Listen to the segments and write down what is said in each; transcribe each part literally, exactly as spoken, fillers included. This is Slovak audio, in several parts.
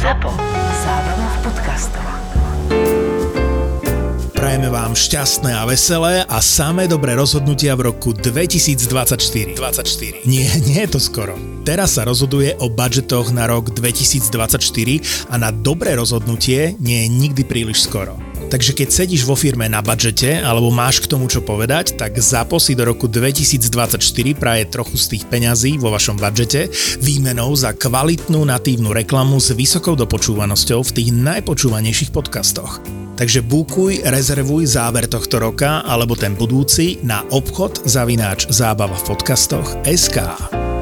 Zapo. Zábrná v podcastovách. Prajeme vám šťastné a veselé a samé dobré rozhodnutia v roku dvetisícdvadsaťštyri. dvadsaťštyri. Nie, nie je to skoro. Teraz sa rozhoduje o budžetoch na rok dvetisícdvadsaťštyri a na dobré rozhodnutie nie je nikdy príliš skoro. Takže keď sedíš vo firme na budžete alebo máš k tomu čo povedať, tak Zapo si do roku dvetisícdvadsaťštyri praje trochu z tých peňazí vo vašom budžete výmenou za kvalitnú natívnu reklamu s vysokou dopočúvanosťou v tých najpočúvanejších podcastoch. Takže búkuj, rezervuj záber tohto roka alebo ten budúci na obchod zavináč zábava v podcastoch bodka es ká.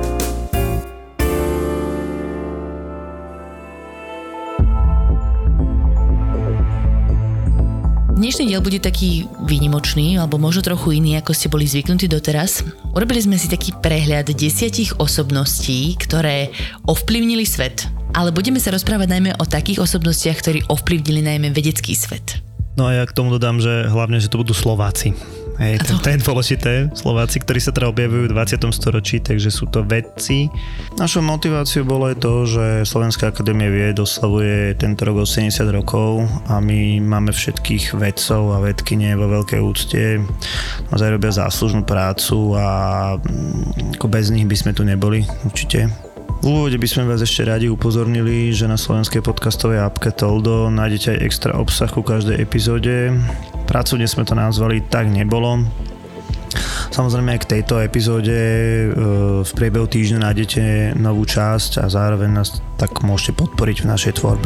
Dnešný diel bude taký výnimočný, alebo možno trochu iný, ako ste boli zvyknutí doteraz. Urobili sme si taký prehľad desiatich osobností, ktoré ovplyvnili svet. Ale budeme sa rozprávať najmä o takých osobnostiach, ktorí ovplyvnili najmä vedecký svet. No a ja k tomu dodám, že hlavne, že to budú Slováci. Hej, to... to je dôležité. Slováci, ktorí sa teda objavujú v dvadsiatom storočí, takže sú to vedci. Našou motiváciou bolo aj to, že Slovenská akadémia vied oslavuje tento rok osemdesiat rokov a my máme všetkých vedcov a vedkyne vo veľkej úcte. Naozaj robia záslužnú prácu a ako bez nich by sme tu neboli, určite. V úvode by sme vás ešte radi upozornili, že na slovenskej podcastovej appke Toldo nájdete aj extra obsah ku každej epizóde. Pracovne sme to nazvali Tak nebolo. Samozrejme aj k tejto epizóde v priebehu týždňa nájdete novú časť a zároveň nás tak môžete podporiť v našej tvorbe.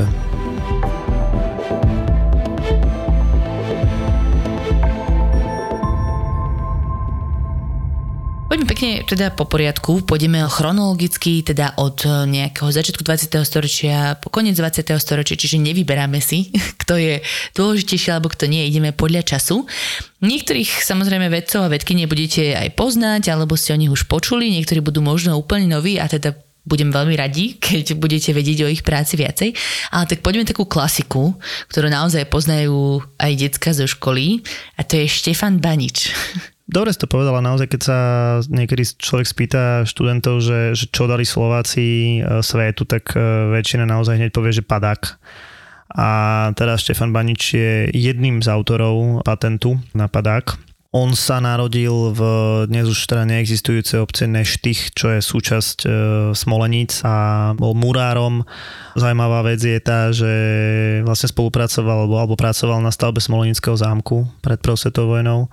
Poďme pekne teda po poriadku, pôjdeme chronologicky teda od nejakého začiatku dvadsiateho storočia po koniec dvadsiateho storočia, čiže nevyberáme si, kto je dôležitejší alebo kto nie, ideme podľa času. Niektorých samozrejme vedcov a vedkyne budete aj poznať, alebo ste o nich už počuli, niektorí budú možno úplne noví a teda budem veľmi radi, keď budete vedieť o ich práci viacej. Ale tak poďme takú klasiku, ktorú naozaj poznajú aj decká zo školy a to je Štefan Banič. Dobre si to povedala, naozaj keď sa niekedy človek spýta študentov, že, že čo dali Slováci svetu, tak väčšina naozaj hneď povie, že padák. A teraz Štefan Banič je jedným z autorov patentu na padák. On sa narodil v dnes už teda neexistujúcej obce Neštych, čo je súčasť e, Smoleníc a bol murárom. Zajímavá vec je tá, že vlastne spolupracoval alebo, alebo pracoval na stavbe Smolenického zámku pred prvou svetovou vojnou.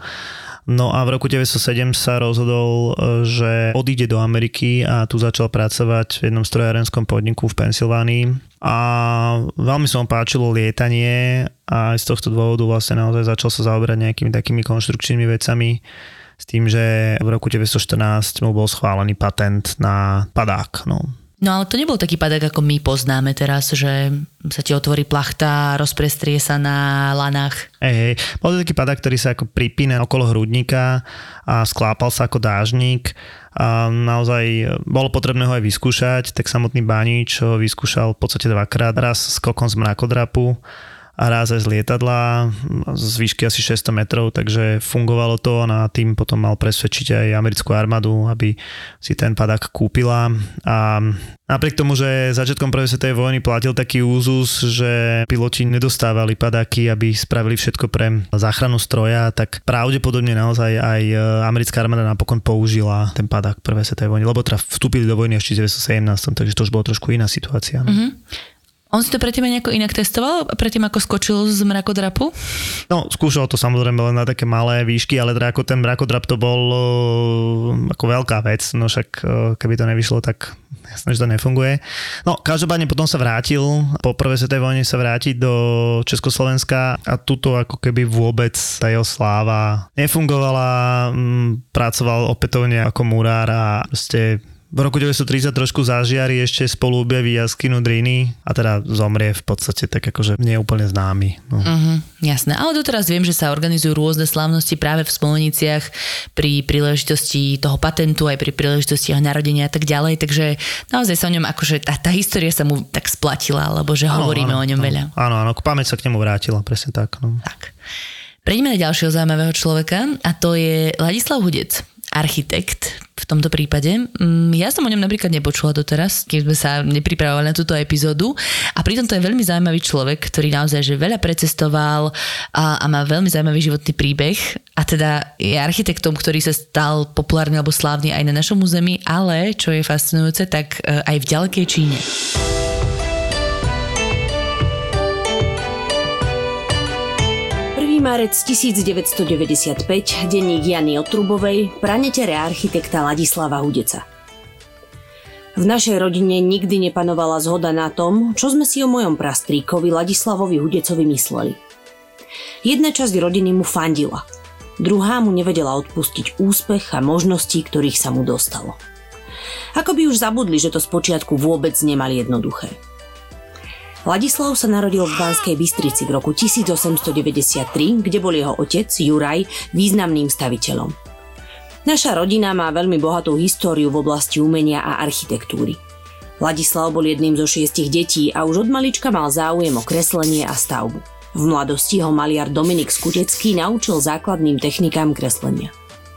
No a v roku deväťstosedem sa rozhodol, že odíde do Ameriky a tu začal pracovať v jednom strojárenskom podniku v Pensylvánii. A veľmi sa mu páčilo lietanie a z tohto dôvodu vlastne naozaj začal sa zaoberať nejakými takými konštrukčnými vecami s tým, že v roku deväťstoštrnásť mu bol schválený patent na padák. No. No ale to nebol taký padák, ako my poznáme teraz, že sa ti otvorí plachta, rozprestrie sa na lanách. Hej, hej. Bol to taký padák, ktorý sa ako pripína okolo hrudníka a sklápal sa ako dážnik. A naozaj bolo potrebné ho aj vyskúšať, tak samotný Banič ho vyskúšal v podstate dvakrát. Raz skokom z mrakodrapu a raz aj z lietadla z výšky asi šesťsto metrov, takže fungovalo to a tým potom mal presvedčiť aj americkú armádu, aby si ten padák kúpila. A napriek tomu, že začiatkom prvej svetovej vojny platil taký úzus, že piloti nedostávali padáky, aby spravili všetko pre záchranu stroja, tak pravdepodobne naozaj aj americká armáda napokon použila ten padák prvej svetovej vojny, lebo teda vstúpili do vojny ešte v deväťstosedemnásť, takže to už bolo trošku iná situácia. No. Mm-hmm. On si to predtým aj nejako inak testoval? Predtým ako skočil z mrakodrapu? No, skúšal to samozrejme len na také malé výšky, ale teda ako ten mrakodrap to bol uh, ako veľká vec, no však uh, keby to nevyšlo, tak jasné, že to nefunguje. No, každopádne potom sa vrátil, po prvej svetovej vojne sa vrátiť do Československa a tuto ako keby vôbec tá jeho sláva nefungovala, um, pracoval opätovne ako murár a proste v roku deväťstotridsať trošku zažiari, ešte spolu objaví jaskynu Dríny a teda zomrie v podstate tak akože nie je úplne známy. No. Uh-huh, jasné, ale doteraz viem, že sa organizujú rôzne slávnosti práve v Smoleniciach pri príležitosti toho patentu, aj pri príležitosti jeho narodenia a tak ďalej, takže naozaj sa o ňom akože tá, tá história sa mu tak splatila, alebo že áno, hovoríme áno, o ňom áno, veľa. Áno, áno, pamäť sa k nemu vrátila, presne tak. No. Tak. Prejdeme na ďalšieho zaujímavého človeka a to je Ladislav Hudec. architekt v tomto prípade. Ja som o ňom napríklad nepočula doteraz, keď sme sa nepripravovali na túto epizódu a pritom to je veľmi zaujímavý človek, ktorý naozaj že veľa precestoval a, a má veľmi zaujímavý životný príbeh a teda je architektom, ktorý sa stal populárny alebo slávny aj na našom území, ale čo je fascinujúce, tak aj v ďalekej Číne. Marec tisícdeväťstodeväťdesiatpäť, denník Jany Otrubovej, pranetere architekta Ladislava Hudeca. V našej rodine nikdy nepanovala zhoda na tom, čo sme si o mojom prastríkovi Ladislavovi Hudecovi mysleli. Jedna časť rodiny mu fandila, druhá mu nevedela odpustiť úspech a možnosti, ktorých sa mu dostalo. Ako by už zabudli, že to spočiatku vôbec nemali jednoduché. Ladislav sa narodil v Banskej Bystrici v roku tisícosemstodeväťdesiattri, kde bol jeho otec, Juraj, významným staviteľom. Naša rodina má veľmi bohatú históriu v oblasti umenia a architektúry. Ladislav bol jedným zo šiestich detí a už od malička mal záujem o kreslenie a stavbu. V mladosti ho maliar Dominik Skutecký naučil základným technikám kreslenia.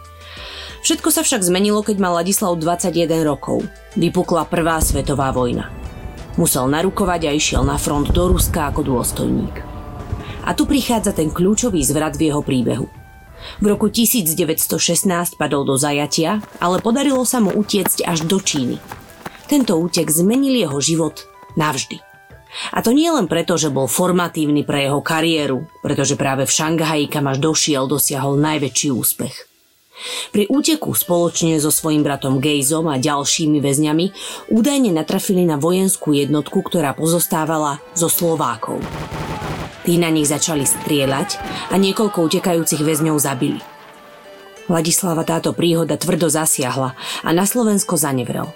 Všetko sa však zmenilo, keď mal Ladislav dvadsaťjeden rokov. Vypukla prvá svetová vojna. Musel narukovať a išiel na front do Ruska ako dôstojník. A tu prichádza ten kľúčový zvrat v jeho príbehu. V roku tisícdeväťstošestnásť padol do zajatia, ale podarilo sa mu utiecť až do Číny. Tento útek zmenil jeho život navždy. A to nie len preto, že bol formatívny pre jeho kariéru, pretože práve v Šanghaji, kam až došiel, dosiahol najväčší úspech. Pri úteku spoločne so svojím bratom Gejzom a ďalšími väzňami údajne natrafili na vojenskú jednotku, ktorá pozostávala zo Slovákov. Tí na nich začali strieľať a niekoľko utekajúcich väzňov zabili. Ladislava táto príhoda tvrdo zasiahla a na Slovensko zanevrel.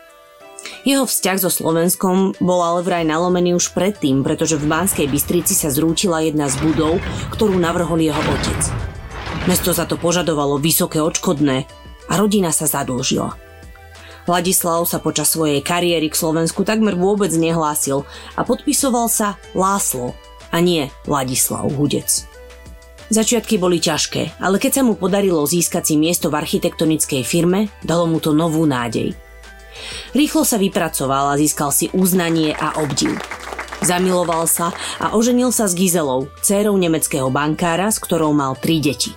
Jeho vzťah so Slovenskom bol ale vraj nalomený už predtým, pretože v Banskej Bystrici sa zrútila jedna z budov, ktorú navrhol jeho otec. Mesto za to požadovalo vysoké odškodné a rodina sa zadlžila. Ladislav sa počas svojej kariéry k Slovensku takmer vôbec nehlásil a podpisoval sa László a nie Ladislav Hudec. Začiatky boli ťažké, ale keď sa mu podarilo získať si miesto v architektonickej firme, dalo mu to novú nádej. Rýchlo sa vypracoval a získal si uznanie a obdiv. Zamiloval sa a oženil sa s Gizelou, dcérou nemeckého bankára, s ktorou mal tri deti.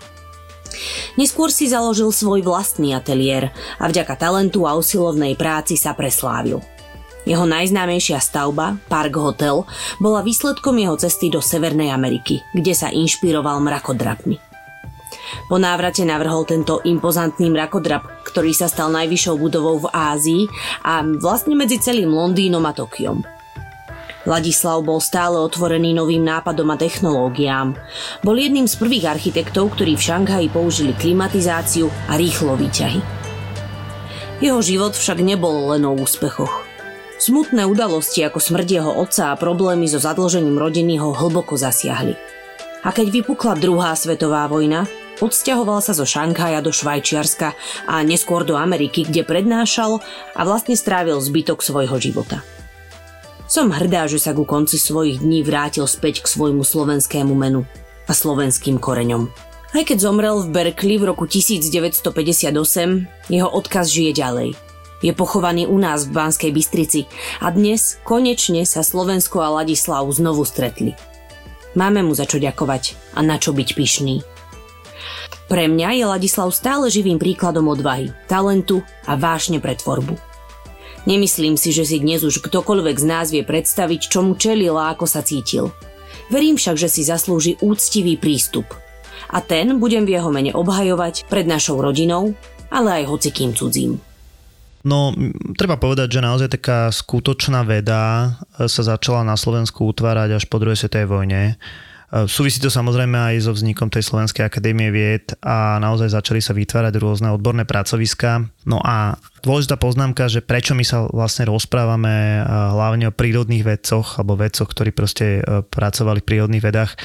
Neskôr si založil svoj vlastný ateliér a vďaka talentu a usilovnej práci sa preslávil. Jeho najznámejšia stavba, Park Hotel, bola výsledkom jeho cesty do Severnej Ameriky, kde sa inšpiroval mrakodrapmi. Po návrate navrhol tento impozantný mrakodrap, ktorý sa stal najvyššou budovou v Ázii a vlastne medzi celým Londýnom a Tokiom. Ladislav bol stále otvorený novým nápadom a technológiám. Bol jedným z prvých architektov, ktorí v Šanghaji použili klimatizáciu a rýchlo výťahy. Jeho život však nebol len o úspechoch. Smutné udalosti ako smrť jeho otca a problémy so zadlžením rodiny ho hlboko zasiahli. A keď vypukla druhá svetová vojna, odsťahoval sa zo Šanghaja do Švajčiarska a neskôr do Ameriky, kde prednášal a vlastne strávil zbytok svojho života. Som hrdá, že sa ku konci svojich dní vrátil späť k svojmu slovenskému menu a slovenským koreňom. Aj keď zomrel v Berkeley v roku devätnásťstopäťdesiatosem, jeho odkaz žije ďalej. Je pochovaný u nás v Banskej Bystrici a dnes konečne sa Slovensko a Ladislav znovu stretli. Máme mu za čo ďakovať a na čo byť pyšný. Pre mňa je Ladislav stále živým príkladom odvahy, talentu a vášne pre tvorbu. Nemyslím si, že si dnes už ktokoľvek z nás vie predstaviť, čo mu čelil a ako sa cítil. Verím však, že si zaslúži úctivý prístup. A ten budem v jeho mene obhajovať pred našou rodinou, ale aj hocikým cudzím. No, treba povedať, že naozaj taká skutočná veda sa začala na Slovensku utvárať až po druhej svetovej vojne. Súvisí to samozrejme aj so vznikom tej Slovenskej akadémie vied a naozaj začali sa vytvárať rôzne odborné pracoviská. No a dôležitá poznámka, že prečo my sa vlastne rozprávame hlavne o prírodných vedcoch alebo vedcoch, ktorí proste pracovali v prírodných vedách.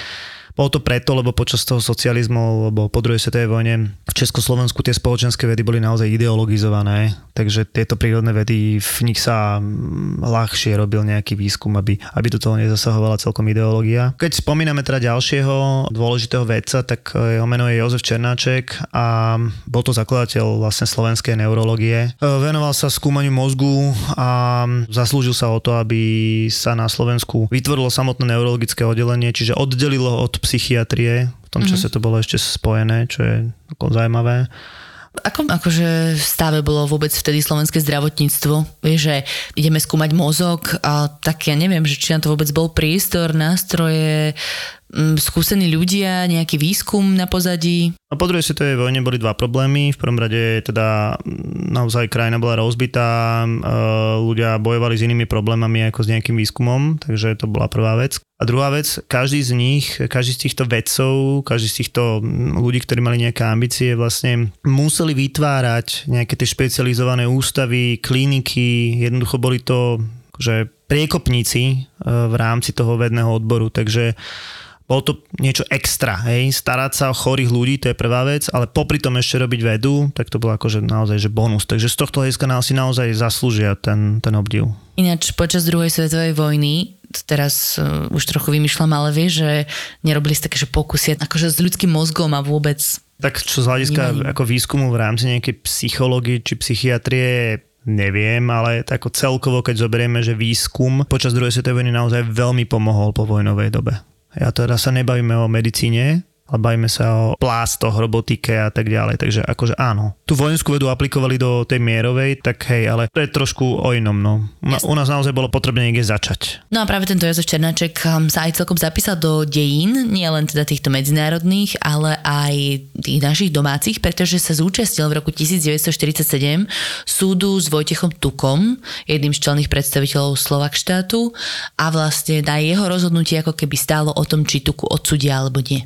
Bolo to preto, lebo počas toho socializmu, lebo po druhej svetovej vojne v Československu tie spoločenské vedy boli naozaj ideologizované, takže tieto prírodné vedy, v nich sa ľahšie robil nejaký výskum, aby, aby do toho nezasahovala celkom ideológia. Keď spomíname teda ďalšieho dôležitého vedca, tak jeho meno je Jozef Černáček a bol to zakladateľ vlastne slovenskej neurológie. Venoval sa skúmaniu mozgu a zaslúžil sa o to, aby sa na Slovensku vytvorilo samotné neurologické oddelenie, čiže oddelilo od psychiatrie. V tom čase to bolo ešte spojené, čo je zaujímavé. Ako akože v stave bolo vôbec vtedy slovenské zdravotníctvo? Vieš, že ideme skúmať mozog a tak ja neviem, že či na to vôbec bol priestor, nástroje, skúsení ľudia, nejaký výskum na pozadí? A po druhej svetovej vojne boli dva problémy. V prvom rade teda naozaj krajina bola rozbitá, ľudia bojovali s inými problémami ako s nejakým výskumom, takže to bola prvá vec. A druhá vec, každý z nich, každý z týchto vedcov, každý z týchto ľudí, ktorí mali nejaké ambície, vlastne museli vytvárať nejaké tie špecializované ústavy, kliniky, jednoducho boli to že priekopníci v rámci toho vedného odboru, takže bolo to niečo extra, hej, starať sa o chorých ľudí, to je prvá vec, ale popri tom ešte robiť vedu, tak to bolo akože naozaj že bonus. Takže z tohto hľadiska si naozaj zaslúžia ten, ten obdiv. Ináč počas druhej svetovej vojny, teraz uh, už trochu vymýšľam, ale vieš, že nerobili ste také že pokusy akože s ľudským mozgom a vôbec... Tak čo z hľadiska vnímaním. Ako výskumu v rámci nejakej psychológie či psychiatrie neviem, ale ako celkovo, keď zoberieme, že výskum počas druhej svetovej vojny naozaj veľmi pomohol po vojnovej dobe. Ja teda sa nebavíme o medicíne, ale bavíme sa o plástoch, robotike a tak ďalej. Takže akože áno. Tú vojenskú vedu aplikovali do tej mierovej, tak hej, ale to je trošku o inom. No. U nás naozaj bolo potrebné niekde začať. No a práve tento Jozef Černáček sa aj celkom zapísal do dejín, nie len teda týchto medzinárodných, ale aj tých našich domácich, pretože sa zúčastnil v roku devätnásťstoštyridsaťsedem súdu s Vojtechom Tukom, jedným z čelných predstaviteľov Slovakštátu, a vlastne na jeho rozhodnutie ako keby stálo o tom, či Tuku odsúdia alebo nie.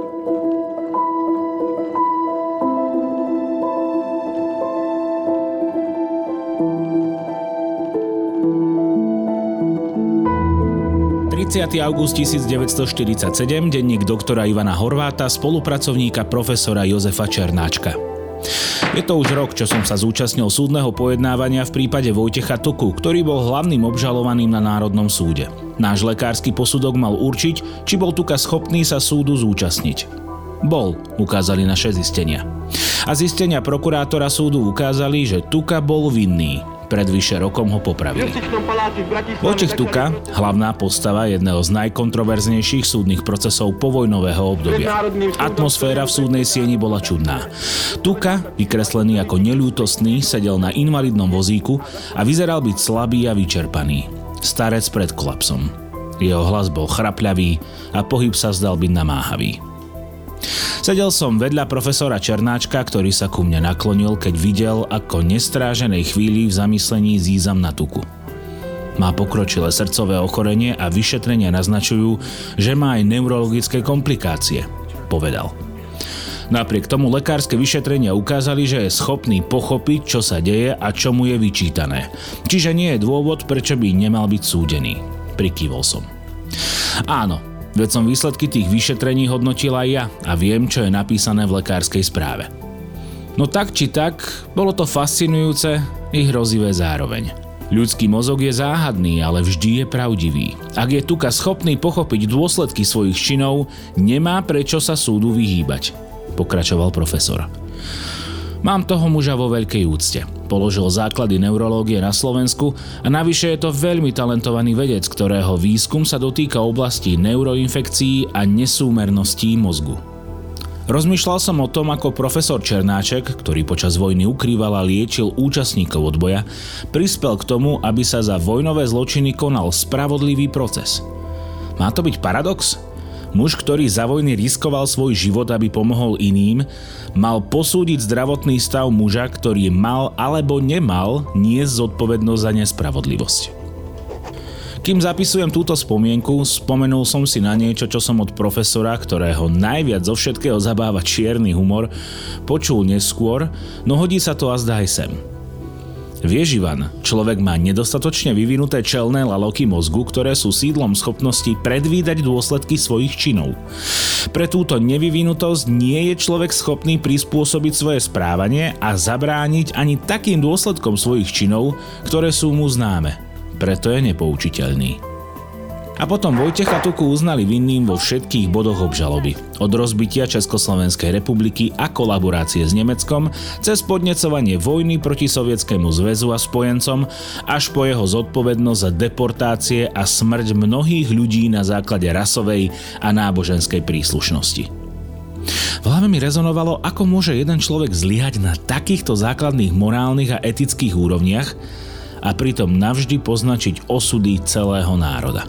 tridsiateho augusta devätnásťstoštyridsaťsedem, denník doktora Ivana Horváta, spolupracovníka profesora Jozefa Černáčka. Je to už rok, čo som sa zúčastnil súdneho pojednávania v prípade Vojtecha Tuku, ktorý bol hlavným obžalovaným na Národnom súde. Náš lekársky posudok mal určiť, či bol Tuka schopný sa súdu zúčastniť. Bol, ukázali naše zistenia. A zistenia prokurátora súdu ukázali, že Tuka bol vinný. Pred vyše rokom ho popravili. Vojtech Tuka, hlavná postava jedného z najkontroverznejších súdnych procesov povojnového obdobia. Atmosféra v súdnej sieni bola čudná. Tuka, vykreslený ako neľútostný, sedel na invalidnom vozíku a vyzeral byť slabý a vyčerpaný. Starec pred kolapsom. Jeho hlas bol chrapľavý a pohyb sa zdal byť namáhavý. Sedel som vedľa profesora Černáčka, ktorý sa ku mne naklonil, keď videl, ako nestráženej chvíli v zamyslení zízam na Tuku. Má pokročilé srdcové ochorenie a vyšetrenia naznačujú, že má aj neurologické komplikácie, povedal. Napriek tomu lekárske vyšetrenia ukázali, že je schopný pochopiť, čo sa deje a čo mu je vyčítané. Čiže nie je dôvod, prečo by nemal byť súdený. Prikývol som. Áno, veď som výsledky tých vyšetrení hodnotil aj ja a viem, čo je napísané v lekárskej správe. No tak či tak, bolo to fascinujúce i hrozivé zároveň. Ľudský mozog je záhadný, ale vždy je pravdivý. Ak je Tuka schopný pochopiť dôsledky svojich činov, nemá prečo sa súdu vyhýbať, pokračoval profesor. Mám toho muža vo veľkej úcte. Položil základy neurológie na Slovensku a navyše je to veľmi talentovaný vedec, ktorého výskum sa dotýka oblastí neuroinfekcií a nesúmerností mozgu. Rozmýšľal som o tom, ako profesor Černáček, ktorý počas vojny ukrýval a liečil účastníkov odboja, prispel k tomu, aby sa za vojnové zločiny konal spravodlivý proces. Má to byť paradox? Muž, ktorý za vojny riskoval svoj život, aby pomohol iným, mal posúdiť zdravotný stav muža, ktorý mal alebo nemal niesť zodpovednosť za nespravodlivosť. Kým zapisujem túto spomienku, spomenul som si na niečo, čo som od profesora, ktorého najviac zo všetkého zabáva čierny humor, počul neskôr, no hodí sa to azda aj sem. Vieš, Ivan, človek má nedostatočne vyvinuté čelné laloky mozgu, ktoré sú sídlom schopnosti predvídať dôsledky svojich činov. Pre túto nevyvinutosť nie je človek schopný prispôsobiť svoje správanie a zabrániť ani takým dôsledkom svojich činov, ktoré sú mu známe. Preto je nepoučiteľný. A potom Vojtecha Tuku uznali vinným vo všetkých bodoch obžaloby. Od rozbitia Československej republiky a kolaborácie s Nemeckom, cez podnecovanie vojny proti Sovietskému zväzu a spojencom, až po jeho zodpovednosť za deportácie a smrť mnohých ľudí na základe rasovej a náboženskej príslušnosti. V hlave mi rezonovalo, ako môže jeden človek zlyhať na takýchto základných morálnych a etických úrovniach a pritom navždy poznačiť osudy celého národa.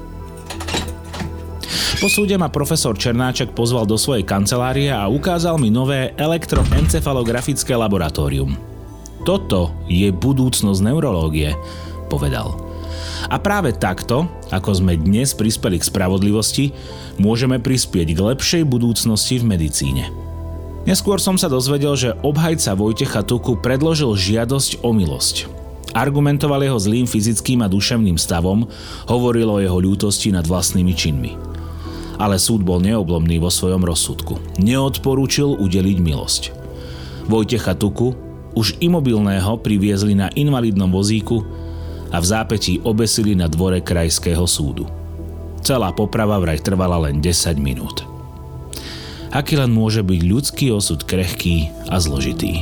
Po súde ma profesor Černáček pozval do svojej kancelárie a ukázal mi nové elektroencefalografické laboratórium. Toto je budúcnosť neurológie, povedal. A práve takto, ako sme dnes prispeli k spravodlivosti, môžeme prispieť k lepšej budúcnosti v medicíne. Neskôr som sa dozvedel, že obhajca Vojtecha Tuku predložil žiadosť o milosť. Argumentoval jeho zlým fyzickým a duševným stavom, hovoril o jeho ľútosti nad vlastnými činmi. Ale súd bol neoblomný vo svojom rozsudku. Neodporúčil udeliť milosť. Vojtecha Tuku, už imobilného, priviezli na invalidnom vozíku a v zápätí obesili na dvore krajského súdu. Celá poprava vraj trvala len desať minút. Aký len môže byť ľudský osud krehký a zložitý.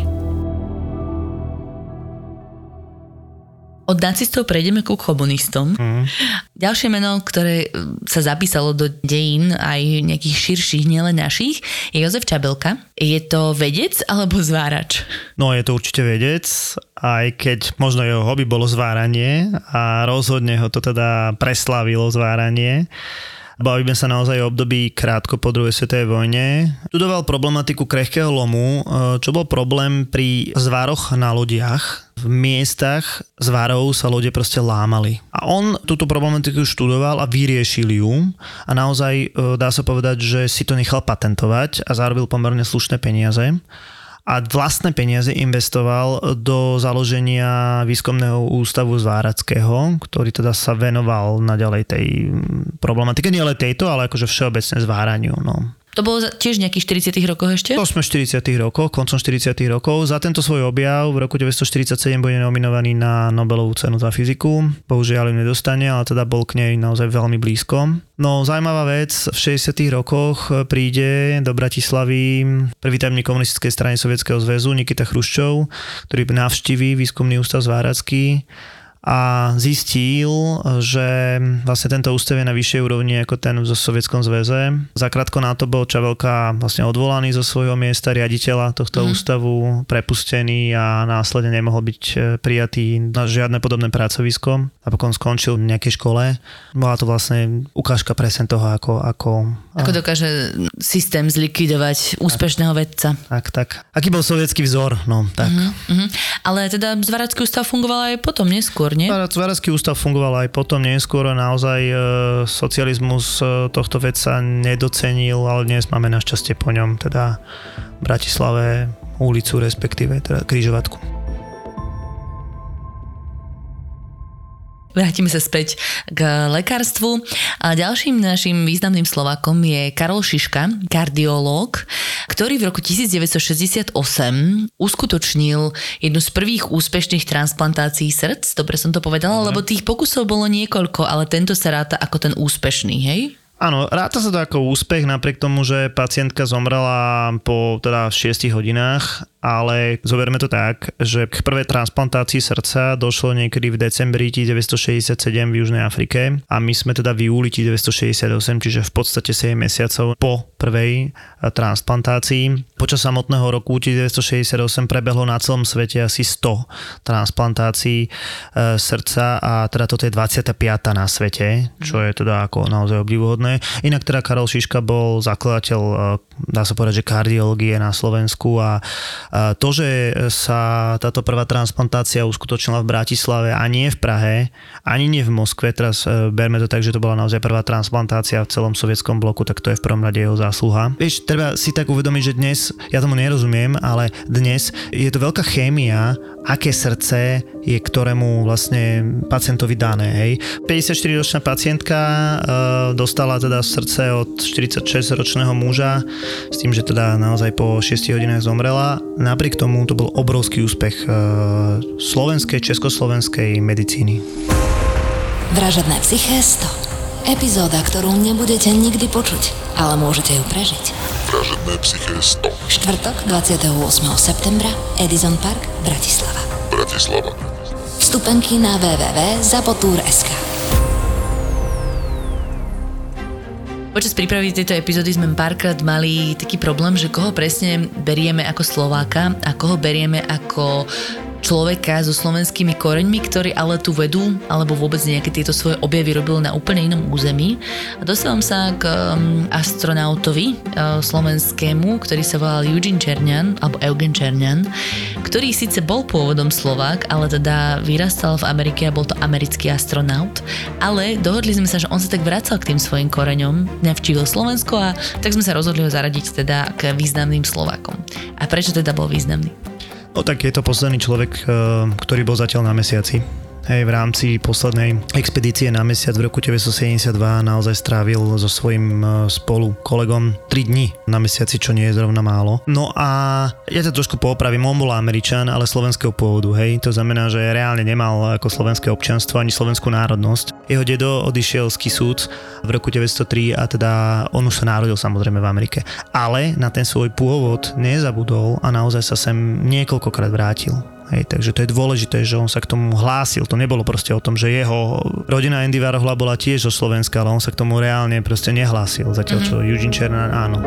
Od nacistov prejdeme ku komunistom. Mm. Ďalšie meno, ktoré sa zapísalo do dejín aj nejakých širších, nielen našich, je Jozef Čabelka. Je to vedec alebo zvárač? No, je to určite vedec, aj keď možno jeho hobby bolo zváranie a rozhodne ho to teda preslávilo zváranie. Bavíme sa naozaj o období krátko po druhej svetovej vojne. Študoval problematiku krehkého lomu, čo bol problém pri zvároch na lodiach. V miestach zvárov sa lode proste lámali. A on túto problematiku študoval a vyriešil ju a naozaj dá sa povedať, že si to nechal patentovať a zarobil pomerne slušné peniaze. A vlastné peniaze investoval do založenia výskumného ústavu zvárackého, ktorý teda sa venoval naďalej tej problematike, nie len tejto, ale akože všeobecne zváraniu. No. To bolo tiež nejakých štyridsiatych rokoch ešte? To sme štyridsiatych rokoch, koncom štyridsiatych rokov. Za tento svoj objav v roku devätnásťstoštyridsaťsedem bude nominovaný na Nobelovú cenu za fyziku. Bohužiaľ ju nedostane, ale teda bol k nej naozaj veľmi blízko. No zaujímavá vec, v šesťdesiatych rokoch príde do Bratislavy prvý tajomník komunistickej strany Sovietskeho zväzu Nikita Chruščov, ktorý navštíví výskumný ústav zváracký a zistil, že vlastne tento ústav je na vyššej úrovni ako ten v Sovietskom zväze. Zakrátko na to bol Čabelka vlastne odvolaný zo svojho miesta riaditeľa tohto mm. ústavu, prepustený a následne nemohol byť prijatý na žiadne podobné pracovisko. Napokon skončil v nejakej škole. Bola to vlastne ukážka presne toho, ako... Ako, ako dokáže systém zlikvidovať úspešného vedca. Tak, tak. Aký bol sovietský vzor, no tak. Mm-hmm, mm-hmm. Ale teda zváracký ústav fungoval aj potom, neskôr, nie? Zváracký ústav fungoval aj potom, neskôr. Naozaj e, socializmus e, tohto vedca nedocenil, ale dnes máme našťastie po ňom teda v Bratislave ulicu, respektíve teda križovatku. Vrátime sa späť k lekárstvu. A ďalším našim významným Slovákom je Karol Šiška, kardiológ, ktorý v roku devätnásťstošesťdesiatosem uskutočnil jednu z prvých úspešných transplantácií srdc. Dobre som to povedala, mm. lebo tých pokusov bolo niekoľko, ale tento sa ráta ako ten úspešný, hej? Áno, ráta sa to ako úspech, napriek tomu, že pacientka zomrela po teda šiestich hodinách, ale zoberme to tak, že k prvej transplantácii srdca došlo niekedy v decembri devätnásťstošesťdesiatsedem v Južnej Afrike a my sme teda v júli devätnásťstošesťdesiatosem, čiže v podstate sedem mesiacov po prvej transplantácii. Počas samotného roku devätnásťstošesťdesiatosem prebehlo na celom svete asi sto transplantácií srdca a teda toto je dvadsiata piata na svete, čo je teda ako naozaj obdivuhodné. Inak teda Karol Šiška bol zakladateľ, dá sa povedať, že kardiológie na Slovensku a to, že sa táto prvá transplantácia uskutočnila v Bratislave a nie v Prahe, ani nie v Moskve, teraz berme to tak, že to bola naozaj prvá transplantácia v celom sovietskom bloku, tak to je v prvom rade jeho zásluha. Vieš, treba si tak uvedomiť, že dnes, ja tomu nerozumiem, ale dnes je to veľká chémia aké srdce je ktorému vlastne pacientovi dané. Hej. päťdesiatštyriročná pacientka e, dostala teda srdce od štyridsaťšesťročného muža s tým, že teda naozaj po šiestich hodinách zomrela. Napriek tomu to bol obrovský úspech e, slovenskej, československej medicíny. Vražedné psyché sto. Epizóda, ktorú nebudete nikdy počuť, ale môžete ju prežiť. Vražedné psyché sto. Štvrtok, dvadsiateho ôsmeho septembra, Edison Park, Bratislava. Bratislava. Vstupenky na w w w bodka zapotur bodka es ká. Počas prípravy tejto epizódy sme párkrát mali taký problém, že koho presne berieme ako Slováka a koho berieme ako človeka so slovenskými koreňmi, ktorý ale tu vedú, alebo vôbec nejaké tieto svoje objavy robil na úplne inom území. A dostávam sa k um, astronautovi uh, slovenskému, ktorý sa volal Eugene Černian, alebo Eugen Černian, ktorý síce bol pôvodom Slovák, ale teda vyrastal v Amerike a bol to americký astronaut, ale dohodli sme sa, že on sa tak vracal k tým svojim koreňom, navštívil Slovensko a tak sme sa rozhodli ho zaradiť teda k významným Slovákom. A prečo teda bol významný? No tak je to posledný človek, ktorý bol zatiaľ na mesiaci. Hej, v rámci poslednej expedície na mesiac v roku devätnásťsedemdesiatdva naozaj strávil so svojím spolu kolegom tri dni na mesiaci, čo nie je zrovna málo. No a ja to trošku poopravím, on bol Američan, ale slovenského pôvodu, hej. To znamená, že reálne nemal ako slovenské občianstvo ani slovenskú národnosť. Jeho dedo odišiel z Kisúc v roku deväťstotri a teda on už sa narodil samozrejme v Amerike. Ale na ten svoj pôvod nezabudol a naozaj sa sem niekoľkokrát vrátil. Hej, takže to je dôležité, že on sa k tomu hlásil. To nebolo proste o tom, že jeho rodina Andy Warhola bola tiež zo Slovenska, ale on sa k tomu reálne proste nehlásil. Zatiaľ čo mm-hmm. Eugene Černian áno.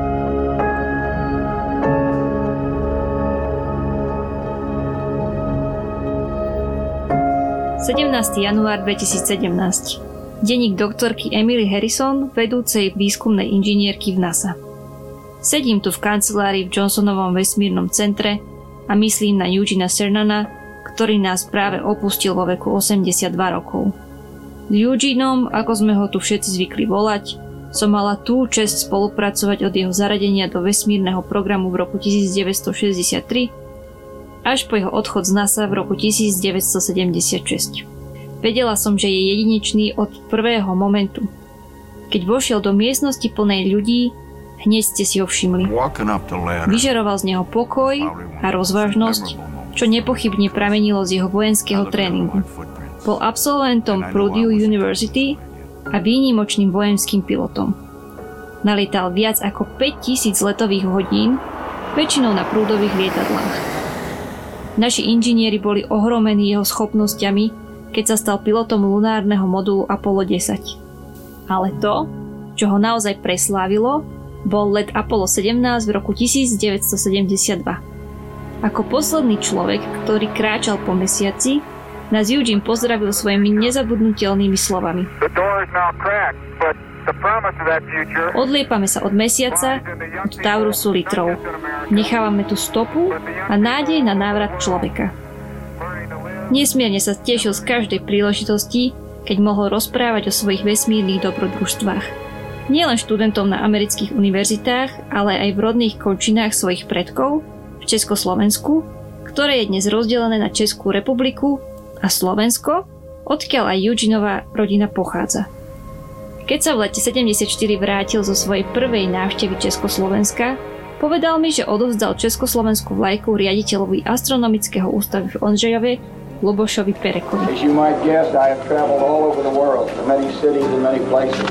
sedemnásteho januára dvetisícsedemnásť. Denník doktorky Emily Harrison, vedúcej výskumnej inžinierky v NASA. Sedím tu v kancelárii v Johnsonovom vesmírnom centre a myslím na Eugena Černiana, ktorý nás práve opustil vo veku osemdesiatdva rokov. S Eugenom, ako sme ho tu všetci zvykli volať, som mala tú česť spolupracovať od jeho zaradenia do vesmírneho programu v roku devätnásťšesťdesiattri až po jeho odchod z NASA v roku devätnásťsedemdesiatšesť. Vedela som, že je jedinečný od prvého momentu. Keď vošiel do miestnosti plnej ľudí, hneď ste si ho všimli. Vyžaroval z neho pokoj a rozvážnosť, čo nepochybne pramenilo z jeho vojenského tréningu. Bol absolventom Purdue University a výnimočným vojenským pilotom. Nalietal viac ako päťtisíc letových hodín, väčšinou na prúdových lietadlách. Naši inžinieri boli ohromení jeho schopnosťami, keď sa stal pilotom lunárneho modulu Apollo desať. Ale to, čo ho naozaj preslávilo, bol let Apollo sedemnásť v roku devätnásťsedemdesiatdva. Ako posledný človek, ktorý kráčal po mesiaci, nás Eugene pozdravil svojimi nezabudnutelnými slovami. Odliepame sa od mesiaca, od Taurusu litrov. Nechávame tu stopu a nádej na návrat človeka. Nesmierne sa tešil z každej príležitosti, keď mohol rozprávať o svojich vesmírnych dobrodružstvách. Nielen študentom na amerických univerzitách, ale aj v rodných končinách svojich predkov v Československu, ktoré je dnes rozdelené na Českú republiku a Slovensko, odkiaľ aj Eugenová rodina pochádza. Keď sa v lete sedemdesiatštyri vrátil zo svojej prvej návštevy Československa, povedal mi, že odovzdal československú vlajku riaditeľovi astronomického ústavu v Ondřejove, Lubošovi Perekovi. As you might guess, I have traveled all over the world, to many cities and many places.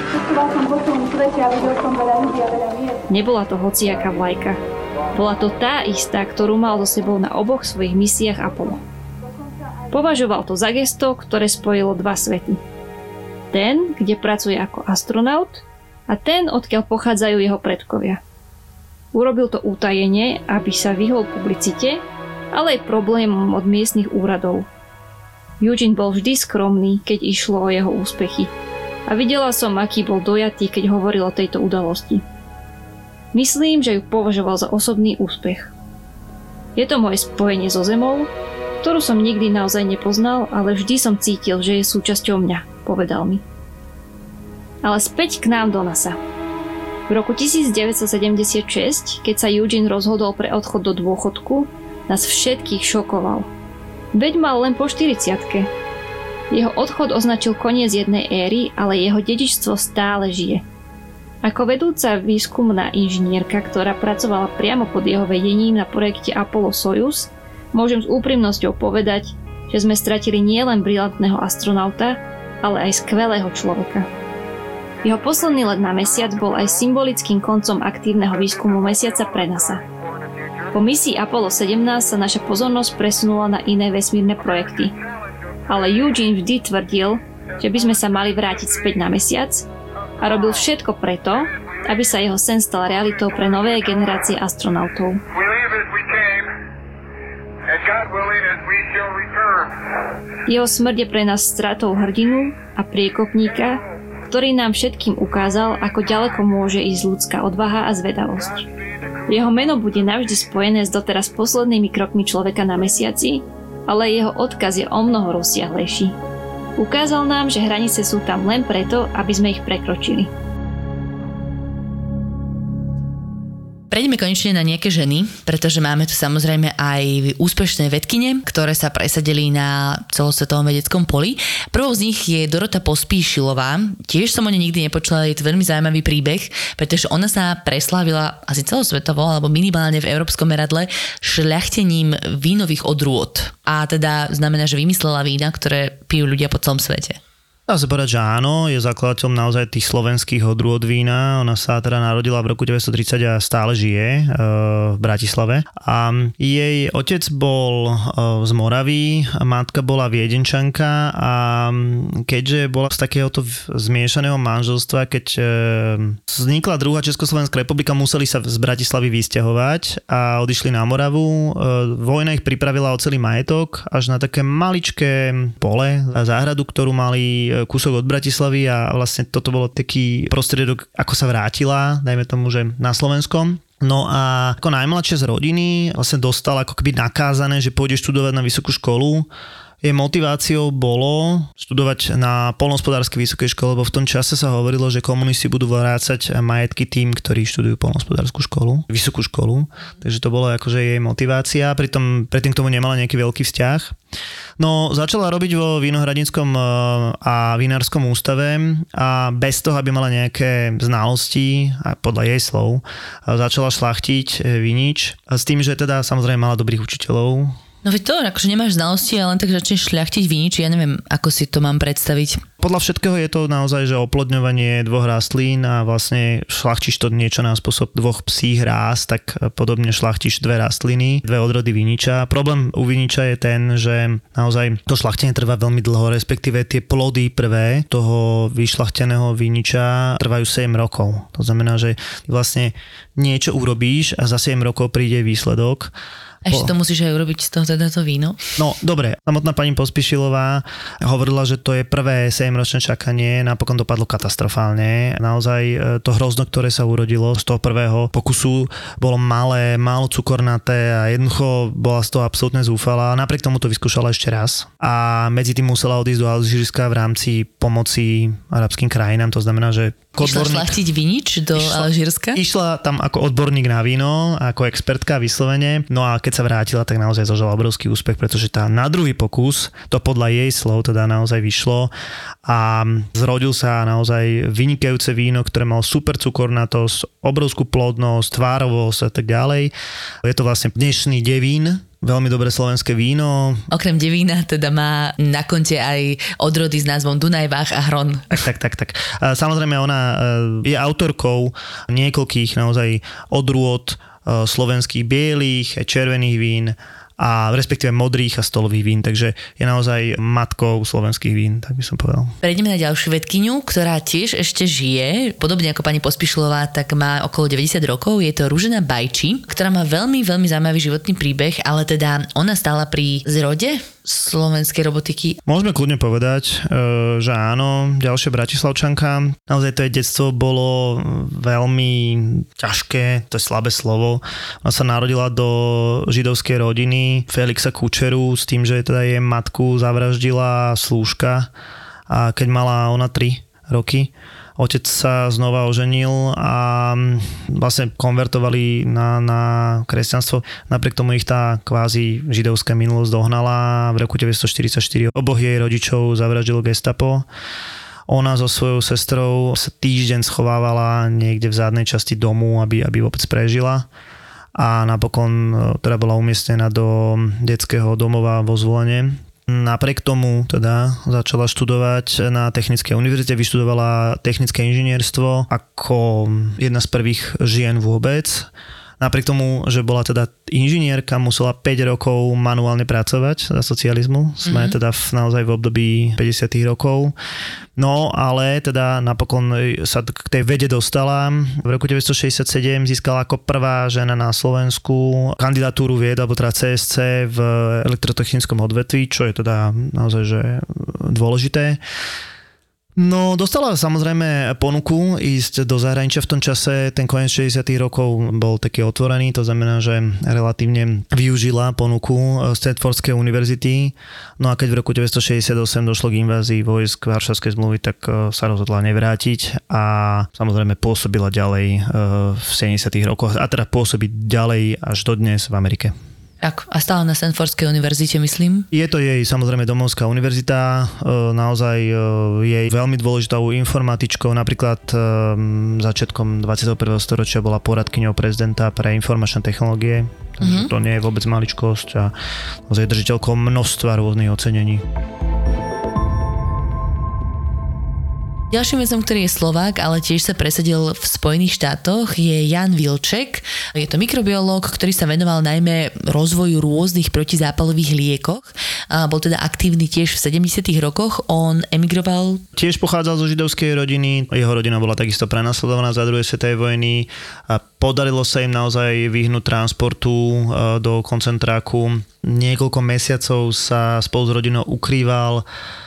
Nebola to hociaká vlajka. Bola to tá istá, ktorú mal so sebou na oboch svojich misiách Apollo. Považoval to za gesto, ktoré spojilo dva svety. Ten, kde pracuje ako astronaut, a ten, odkiaľ pochádzajú jeho predkovia. Urobil to utajene, aby sa vyhol publicite, ale aj problémom od miestnych úradov. Eugene bol vždy skromný, keď išlo o jeho úspechy. A videla som, aký bol dojatý, keď hovoril o tejto udalosti. Myslím, že ju považoval za osobný úspech. Je to moje spojenie so Zemou, ktorú som nikdy naozaj nepoznal, ale vždy som cítil, že je súčasťou mňa, povedal mi. Ale späť k nám do NASA. V roku devätnásťsedemdesiatšesť, keď sa Eugene rozhodol pre odchod do dôchodku, nás všetkých šokoval. Veď mal len po štyridsiatke. Jeho odchod označil koniec jednej éry, ale jeho dedičstvo stále žije. Ako vedúca výskumná inžinierka, ktorá pracovala priamo pod jeho vedením na projekte Apollo-Sojuz, môžem s úprimnosťou povedať, že sme stratili nielen brilantného astronauta, ale aj skvelého človeka. Jeho posledný let na mesiac bol aj symbolickým koncom aktívneho výskumu mesiaca pre NASA. Po misii Apollo sedemnásť sa naša pozornosť presunula na iné vesmírne projekty. Ale Eugene vždy tvrdil, že by sme sa mali vrátiť späť na mesiac a robil všetko preto, aby sa jeho sen stal realitou pre nové generácie astronautov. Jeho smrť je pre nás stratou hrdinu a priekopníka, ktorý nám všetkým ukázal, ako ďaleko môže ísť ľudská odvaha a zvedavosť. Jeho meno bude navždy spojené s doteraz poslednými krokmi človeka na mesiaci, ale jeho odkaz je omnoho rozsiahlejší. Ukázal nám, že hranice sú tam len preto, aby sme ich prekročili. Prejdeme konečne na nejaké ženy, pretože máme tu samozrejme aj úspešné vedkyne, ktoré sa presadili na celosvetovom vedeckom poli. Prvou z nich je Dorota Pospíšilová. Tiež som o nej nikdy nepočula, je to veľmi zaujímavý príbeh, pretože ona sa preslávila asi celosvetovo, alebo minimálne v európskom meradle šľachtením vínových odrôd. A teda znamená, že vymyslela vína, ktoré pijú ľudia po celom svete. Dá sa povedať, že áno, je zakladateľom naozaj tých slovenských odrôd vína. Ona sa teda narodila v roku devätnásťtridsať a stále žije e, v Bratislave. A jej otec bol e, z Moravy, matka bola Viedenčanka a keďže bola z takéhoto zmiešaného manželstva, keď e, vznikla druhá Československá republika, museli sa z Bratislavy vysťahovať a odišli na Moravu. E, vojna ich pripravila o celý majetok až na také maličké pole, záhradu, ktorú mali kúsok od Bratislavy a vlastne toto bolo taký prostriedok, ako sa vrátila, dajme tomu, že na Slovenskom. No a ako najmladšia z rodiny vlastne dostala ako keby nakázané, že pôjde študovať na vysokú školu. Jej motiváciou bolo študovať na poľnohospodárskej vysokej škole, lebo v tom čase sa hovorilo, že komunisti budú vrácať majetky tým, ktorí študujú poľnohospodárskú školu, vysokú školu. Takže to bolo akože jej motivácia, pritom predtým k tomu nemala nejaký veľký vzťah. No, začala robiť vo Vinohradinskom a vinárskom ústave a bez toho, aby mala nejaké znalosti, a podľa jej slov, začala šľachtiť vinič s tým, že teda samozrejme mala dobrých učiteľov. No veď to, akože nemáš znalosti a len tak začneš šľachtiť vinič, ja neviem, ako si to mám predstaviť. Podľa všetkého je to naozaj, že oplodňovanie dvoch rastlín a vlastne šľachtíš to niečo na spôsob dvoch psích rás, tak podobne šľachtíš dve rastliny, dve odrody viniča. Problém u viniča je ten, že naozaj to šľachtenie trvá veľmi dlho, respektíve tie plody prvé toho vyšľachteného viniča trvajú sedem rokov. To znamená, že vlastne niečo urobíš a za sedem rokov príde výsledok. Ešte to musíš aj urobiť z toho teda to víno? No, dobre. Samotná pani Pospíšilová hovorila, že to je prvé sedemročné čakanie, napokon dopadlo katastrofálne. Naozaj to hrozno, ktoré sa urodilo z toho prvého pokusu, bolo malé, málo cukornaté a jednoducho bola z toho absolútne zúfalá. Napriek tomu to vyskúšala ešte raz. A medzi tým musela odísť do Alžírska v rámci pomoci arabským krajinám. To znamená, že Išla šľachtiť vinič do išla, Alžírska? Išla tam ako odborník na víno, ako expertka vyslovene. No a keď sa vrátila, tak naozaj zažila obrovský úspech, pretože tá na druhý pokus, to podľa jej slov teda naozaj vyšlo a zrodil sa naozaj vynikajúce víno, ktoré malo super cukornatosť, obrovskú plodnosť, tvárovosť a tak ďalej. Je to vlastne dnešný devín, veľmi dobré slovenské víno. Okrem devína teda má na konte aj odrody s názvom Dunajvách a Hron. Tak, tak, tak, tak. Samozrejme ona je autorkou niekoľkých naozaj odrôd slovenských bielých, červených vín a respektíve modrých a stolových vín, takže je naozaj matkou slovenských vín, tak by som povedal. Prejdeme na ďalšiu vedkyňu, ktorá tiež ešte žije, podobne ako pani Pospíšilová, tak má okolo deväťdesiat rokov, je to Ružena Bajči, ktorá má veľmi, veľmi zaujímavý životný príbeh, ale teda ona stála pri zrode slovenskej robotiky. Môžeme kľudne povedať, že áno, ďalšia Bratislavčanka. Naozaj to jej detstvo bolo veľmi ťažké, to je slabé slovo. Ona sa narodila do židovskej rodiny Felixa Kučeru s tým, že teda jej matku zavraždila slúžka a keď mala ona tri roky. Otec sa znova oženil a vlastne konvertovali na, na kresťanstvo. Napriek tomu ich tá kvázi židovská minulosť dohnala. V roku devätnásťstoštyridsaťštyri oboch jej rodičov zavraždilo gestapo. Ona so svojou sestrou sa týždeň schovávala niekde v zadnej časti domu, aby, aby vôbec prežila. A napokon teda bola umiestnená do detského domova vo Zvolene. Napriek tomu teda začala študovať na Technickej univerzite, vyštudovala technické inžinierstvo ako jedna z prvých žien vôbec. Napriek tomu, že bola teda inžinierka, musela päť rokov manuálne pracovať za socializmu. Sme mm-hmm. teda v, naozaj v období päťdesiatych rokov. No, ale teda napokon sa k tej vede dostala. V roku devätnásťstošesťdesiatsedem získala ako prvá žena na Slovensku kandidatúru vied, alebo teda cé es cé v elektrotechnickom odvetví, čo je teda naozaj že dôležité. No, dostala samozrejme ponuku ísť do zahraničia v tom čase, ten koniec šesťdesiatych rokov bol taký otvorený, to znamená, že relatívne využila ponuku Stanfordskej univerzity, no a keď v roku devätnásťstošesťdesiatosem došlo k invázii vojsk Varšavskej zmluvy, tak sa rozhodla nevrátiť a samozrejme pôsobila ďalej v sedemdesiatych rokoch a teda pôsobí ďalej až dodnes v Amerike. Tak, a stále na Stanfordskej univerzite, myslím? Je to jej samozrejme domovská univerzita, naozaj jej veľmi dôležitou informatičkou, napríklad začiatkom dvadsiateho prvého storočia bola poradkyňou prezidenta pre informačné technológie, takže mm-hmm. to nie je vôbec maličkosť a naozaj držiteľkou množstva rôznych ocenení. Ďalším väzom, ktorý je Slovák, ale tiež sa presadil v Spojených štátoch, je Jan Vilček. Je to mikrobiológ, ktorý sa venoval najmä rozvoju rôznych protizápalových liekoch. A bol teda aktívny tiež v sedemdesiatych rokoch. On emigroval... Tiež pochádzal zo židovskej rodiny. Jeho rodina bola takisto prenasledovaná za druhej svetovej vojny. A podarilo sa im naozaj vyhnúť transportu do koncentráku. Niekoľko mesiacov sa spolu s rodinou ukrýval.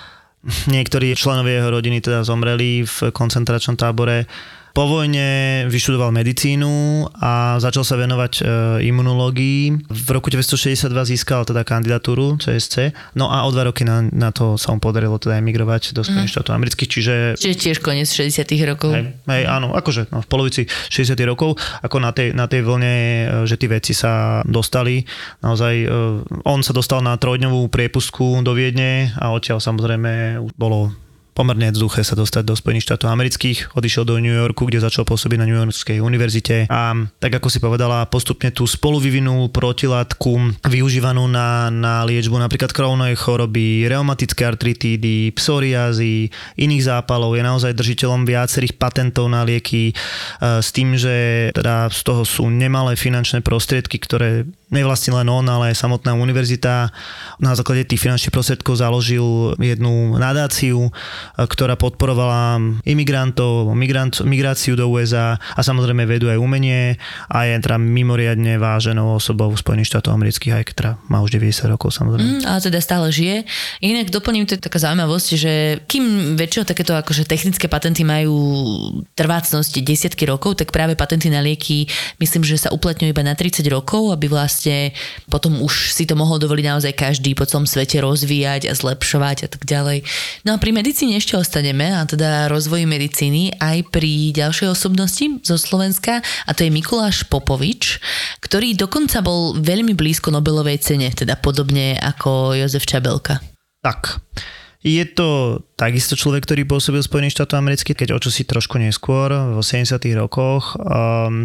Niektorí členovia jeho rodiny teda zomreli v koncentračnom tábore. Po vojne vyštudoval medicínu a začal sa venovať e, imunológii. V roku devätnásťstošesťdesiatdva získal teda kandidatúru cé es cé. No a o dva roky na, na to sa mu podarilo teda emigrovať do Spojených mm. štátov amerických, čiže... Čiže tiež koniec šesťdesiatych rokov. Hej, hej, áno, akože no, v polovici šesťdesiatych rokov, ako na tej, na tej vlne, že tí veci sa dostali. Naozaj e, on sa dostal na trojdňovú priepustku do Viedne a odtiaľ samozrejme bolo pomerne jednoduché sa dostať do Spojených štátov amerických. Odišiel do New Yorku, kde začal pôsobiť na New Yorkskej univerzite a tak ako si povedala, postupne tú spolu vyvinul protilátku využívanú na, na liečbu napríklad Crohnovej choroby, reumatické artritídy, psoriázy, iných zápalov. Je naozaj držiteľom viacerých patentov na lieky s tým, že teda z toho sú nemalé finančné prostriedky, ktoré nevlastní len on, ale aj samotná univerzita. Na základe tých finančných prostriedkov založil jednu nadáciu, ktorá podporovala imigrantov, migrant, migráciu do ú es á a samozrejme vedu aj umenie a je teda mimoriadne váženou osobou v Spojených štátoch amerických, aj ktorá má už deväťdesiat rokov samozrejme. Mm, ale teda stále žije. Inak doplním, to je taká zaujímavosť, že kým väčšinou takéto akože technické patenty majú trvácnosť desiatky rokov, tak práve patenty na lieky myslím, že sa uplatňujú iba na tridsať rokov, aby vlastne potom už si to mohol dovoliť naozaj každý po celom svete rozvíjať a zlepšovať a tak ďalej. No a pri medicíne ešte ostaneme, a teda rozvoji medicíny aj pri ďalšej osobnosti zo Slovenska, a to je Mikuláš Popovič, ktorý dokonca bol veľmi blízko Nobelovej cene, teda podobne ako Jozef Čabelka. Tak. Je to takisto človek, ktorý pôsobil v Spojených štátoch amerických, keď o čosi trošku neskôr, v sedemdesiatych rokoch. Um,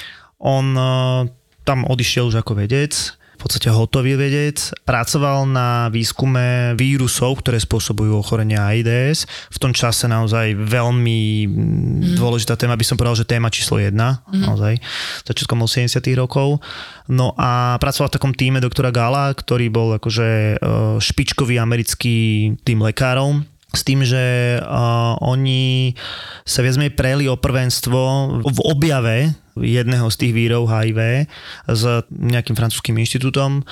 on uh, tam odišiel už ako vedec, v podstate hotový vedec. Pracoval na výskume vírusov, ktoré spôsobujú ochorenia AIDS. V tom čase naozaj veľmi mm. dôležitá téma, by som povedal, že téma číslo jedna, mm. naozaj, začiatkom osemdesiatych rokov. No a pracoval v takom týme doktora Gala, ktorý bol akože špičkový americký tým lekárov. S tým, že uh, oni sa viac menej prejeli o prvenstvo v objave jedného z tých vírov há í vé s nejakým francúzským inštitútom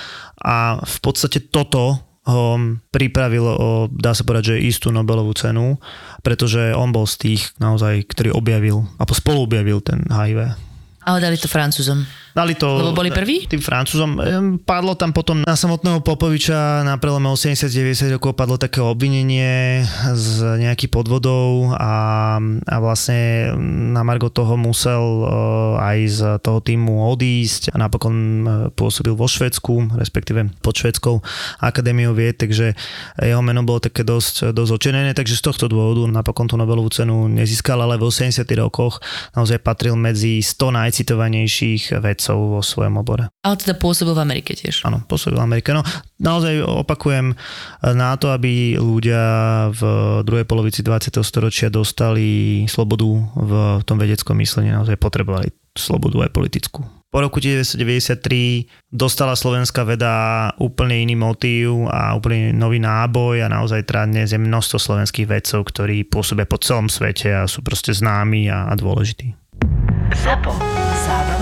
a v podstate toto ho pripravilo o, dá sa povedať, že istú Nobelovú cenu, pretože on bol z tých naozaj, ktorý objavil, alebo spolu objavil ten há í vé. Ale dali to Francúzom. Dali to... Lebo boli prví? Tým Francúzom. Padlo tam potom na samotného Popoviča na prelome osemdesiat deväťdesiat rokov padlo také obvinenie z nejakých podvodov a, a vlastne na margo toho musel aj z toho týmu odísť a napokon pôsobil vo Švédsku, respektíve pod Švédskou akadémiou vied, takže jeho meno bolo také dosť, dosť očernené, takže z tohto dôvodu napokon tú Nobelovú cenu nezískal, ale v osemdesiatych rokoch naozaj patril medzi sto najcitovanejších vedcov vo svojom obore. Ale teda pôsobil v Amerike tiež. Áno, pôsobil v Amerike. No, naozaj opakujem, na to, aby ľudia v druhej polovici dvadsiateho storočia dostali slobodu v tom vedeckom myslení, naozaj potrebovali slobodu aj politickú. Po roku devätnásťstodeväťdesiattri dostala slovenská veda úplne iný motív a úplne nový náboj a naozaj teda dnes je množstvo slovenských vedcov, ktorí pôsobia po celom svete a sú proste známi a, a dôležití. Zapo. Zábrná